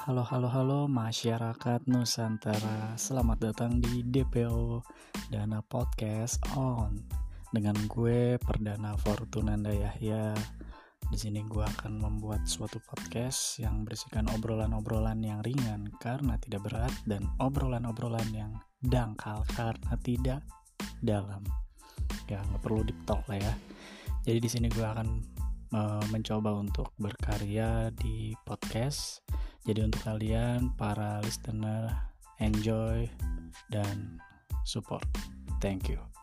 Halo masyarakat Nusantara. Selamat datang di DPO Dana Podcast On dengan gue Perdana Fortunanda Yahya. Di sini gue akan membuat suatu podcast yang berisikan obrolan-obrolan yang ringan karena tidak berat dan obrolan-obrolan yang dangkal karena tidak dalam. Ya nggak perlu deep talk lah ya. Jadi di sini gue akan mencoba untuk berkarya di podcast. Jadi untuk kalian para listener, enjoy dan support. Thank you.